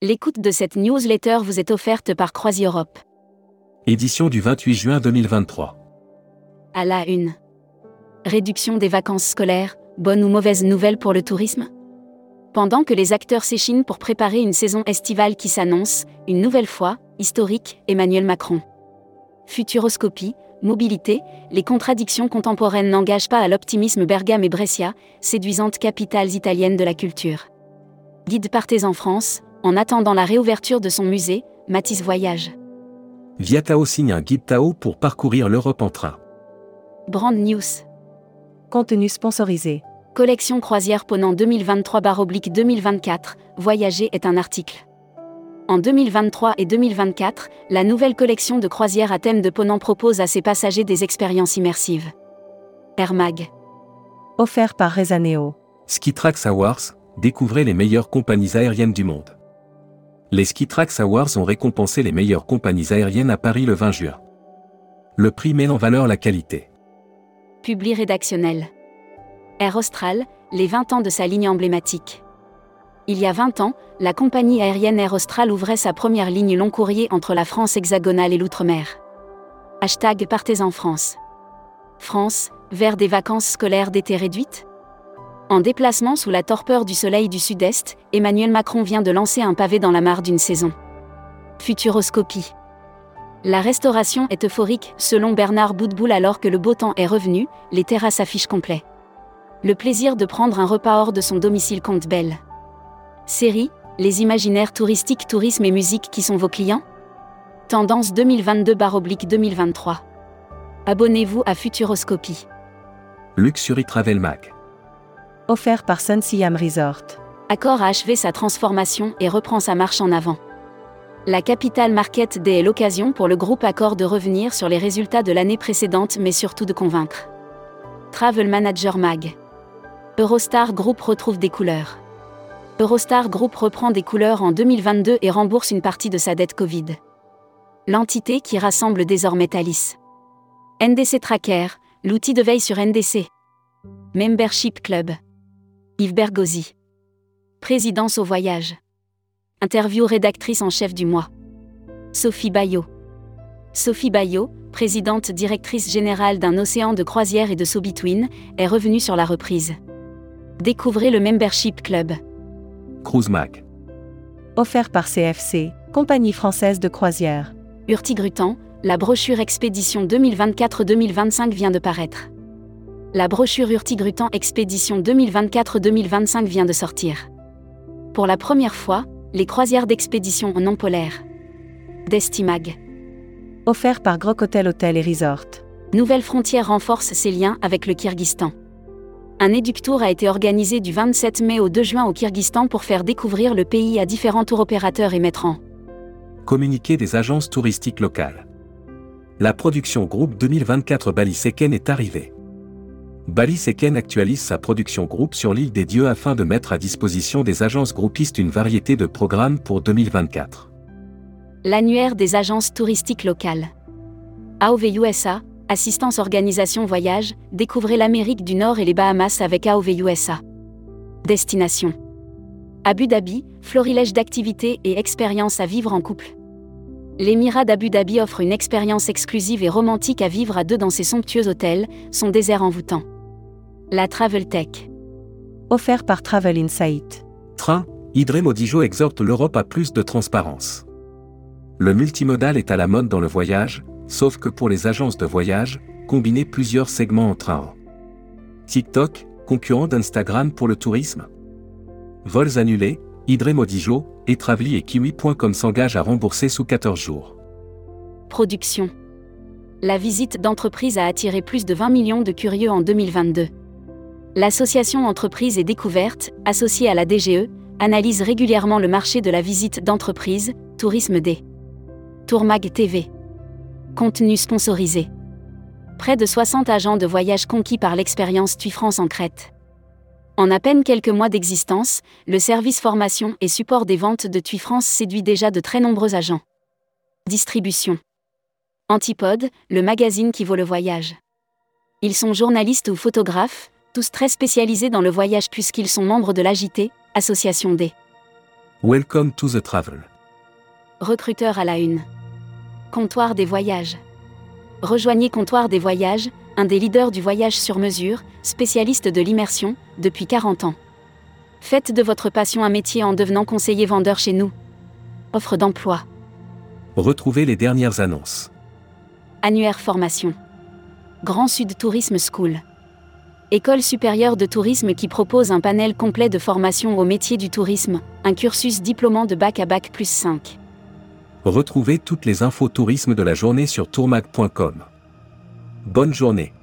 L'écoute de cette newsletter vous est offerte par CroisiEurope. Édition du 28 juin 2023. À la une. Réduction des vacances scolaires, bonne ou mauvaise nouvelle pour le tourisme ? Pendant que les acteurs s'échinent pour préparer une saison estivale qui s'annonce, une nouvelle fois, historique, Emmanuel Macron. Futuroscopie, mobilité, les contradictions contemporaines n'engagent pas à l'optimisme Bergame et Brescia, séduisantes capitales italiennes de la culture. Guide Partez en France, en attendant la réouverture de son musée, Matisse Voyage. Viatao signe un guide Tao pour parcourir l'Europe en train. Brand News. Contenu sponsorisé. Collection croisière Ponant 2023/2024, Voyager est un article. En 2023 et 2024, la nouvelle collection de croisières à thème de Ponant propose à ses passagers des expériences immersives. Air Mag. Offert par Rezaneo. Skytrax Awards, découvrez les meilleures compagnies aériennes du monde. Les Skytrax Awards ont récompensé les meilleures compagnies aériennes à Paris le 20 juin. Le prix met en valeur la qualité. Publi rédactionnel. Air Austral, les 20 ans de sa ligne emblématique. Il y a 20 ans, la compagnie aérienne Air Austral ouvrait sa première ligne long courrier entre la France hexagonale et l'outre-mer. #Partez en France. France, vers des vacances scolaires d'été réduites ? En déplacement sous la torpeur du soleil du sud-est, Emmanuel Macron vient de lancer un pavé dans la mare d'une saison. Futuroscopie. La restauration est euphorique, selon Bernard Boutboul. Alors que le beau temps est revenu, les terrasses affichent complet. Le plaisir de prendre un repas hors de son domicile compte belle. Série, les imaginaires touristiques, tourisme et musique qui sont vos clients ? Tendance 2022/2023. Abonnez-vous à Futuroscopie. Luxury Travel Mag. Offert par Sun Siam Resort. Accor a achevé sa transformation et reprend sa marche en avant. La Capital Market Day est l'occasion pour le groupe Accor de revenir sur les résultats de l'année précédente mais surtout de convaincre. Travel Manager Mag. Eurostar Group retrouve des couleurs. Eurostar Group reprend des couleurs en 2022 et rembourse une partie de sa dette Covid. L'entité qui rassemble désormais Thalys. NDC Tracker, l'outil de veille sur NDC. Membership Club. Yves Bergozzi. Présidence au voyage. Interview rédactrice en chef du mois. Sophie Bayot. Sophie Bayot, présidente directrice générale d'un océan de croisière et de SoBetween, est revenue sur la reprise. Découvrez le Membership Club. Cruise Mag. Offert par CFC, compagnie française de croisière. Hurtigruten, la brochure Expédition 2024-2025 vient de paraître. La brochure Hurtigruten Expédition 2024-2025 vient de sortir. Pour la première fois, les croisières d'expédition en non polaire. Destimag. Offert par Grok Hotel Hôtel et Resort. Nouvelle Frontière renforce ses liens avec le Kyrgyzstan. Un éductour a été organisé du 27 mai au 2 juin au Kyrgyzstan pour faire découvrir le pays à différents tour opérateurs et mettre en Communiqué des agences touristiques locales. La production groupe 2024 Bali Seken est arrivée. Bali Seken actualise sa production groupe sur l'île des Dieux afin de mettre à disposition des agences groupistes une variété de programmes pour 2024. L'annuaire des agences touristiques locales. AOV USA, Assistance Organisation Voyage, découvrez l'Amérique du Nord et les Bahamas avec AOV USA. Destination. Abu Dhabi, florilège d'activités et expériences à vivre en couple. L'Émirat d'Abu Dhabi offre une expérience exclusive et romantique à vivre à deux dans ses somptueux hôtels, son désert envoûtant. La Travel Tech. Offert par Travel Insight. Train, Idré Modijo exhorte l'Europe à plus de transparence. Le multimodal est à la mode dans le voyage, sauf que pour les agences de voyage, combiner plusieurs segments entre un. TikTok, concurrent d'Instagram pour le tourisme. Vols annulés, Idré Modijo, Etraveli et Kiwi.com s'engagent à rembourser sous 14 jours. Production. La visite d'entreprise a attiré plus de 20 millions de curieux en 2022. L'association Entreprise et Découverte, associée à la DGE, analyse régulièrement le marché de la visite d'entreprise, Tourisme D. Tourmag TV. Contenu sponsorisé. Près de 60 agents de voyage conquis par l'expérience TUI France en Crète. En à peine quelques mois d'existence, le service formation et support des ventes de TUI France séduit déjà de très nombreux agents. Distribution. Antipode, le magazine qui vaut le voyage. Ils sont journalistes ou photographes, tous très spécialisés dans le voyage puisqu'ils sont membres de l'AJT, Association D. Welcome to the travel. Recruteur à la une. Comptoir des voyages. Rejoignez Comptoir des voyages, un des leaders du voyage sur mesure, spécialiste de l'immersion, depuis 40 ans. Faites de votre passion un métier en devenant conseiller vendeur chez nous. Offre d'emploi. Retrouvez les dernières annonces. Annuaire formation. Grand Sud Tourisme School. École supérieure de tourisme qui propose un panel complet de formation au métier du tourisme, un cursus diplômant de bac à bac plus 5. Retrouvez toutes les infos tourisme de la journée sur tourmag.com. Bonne journée.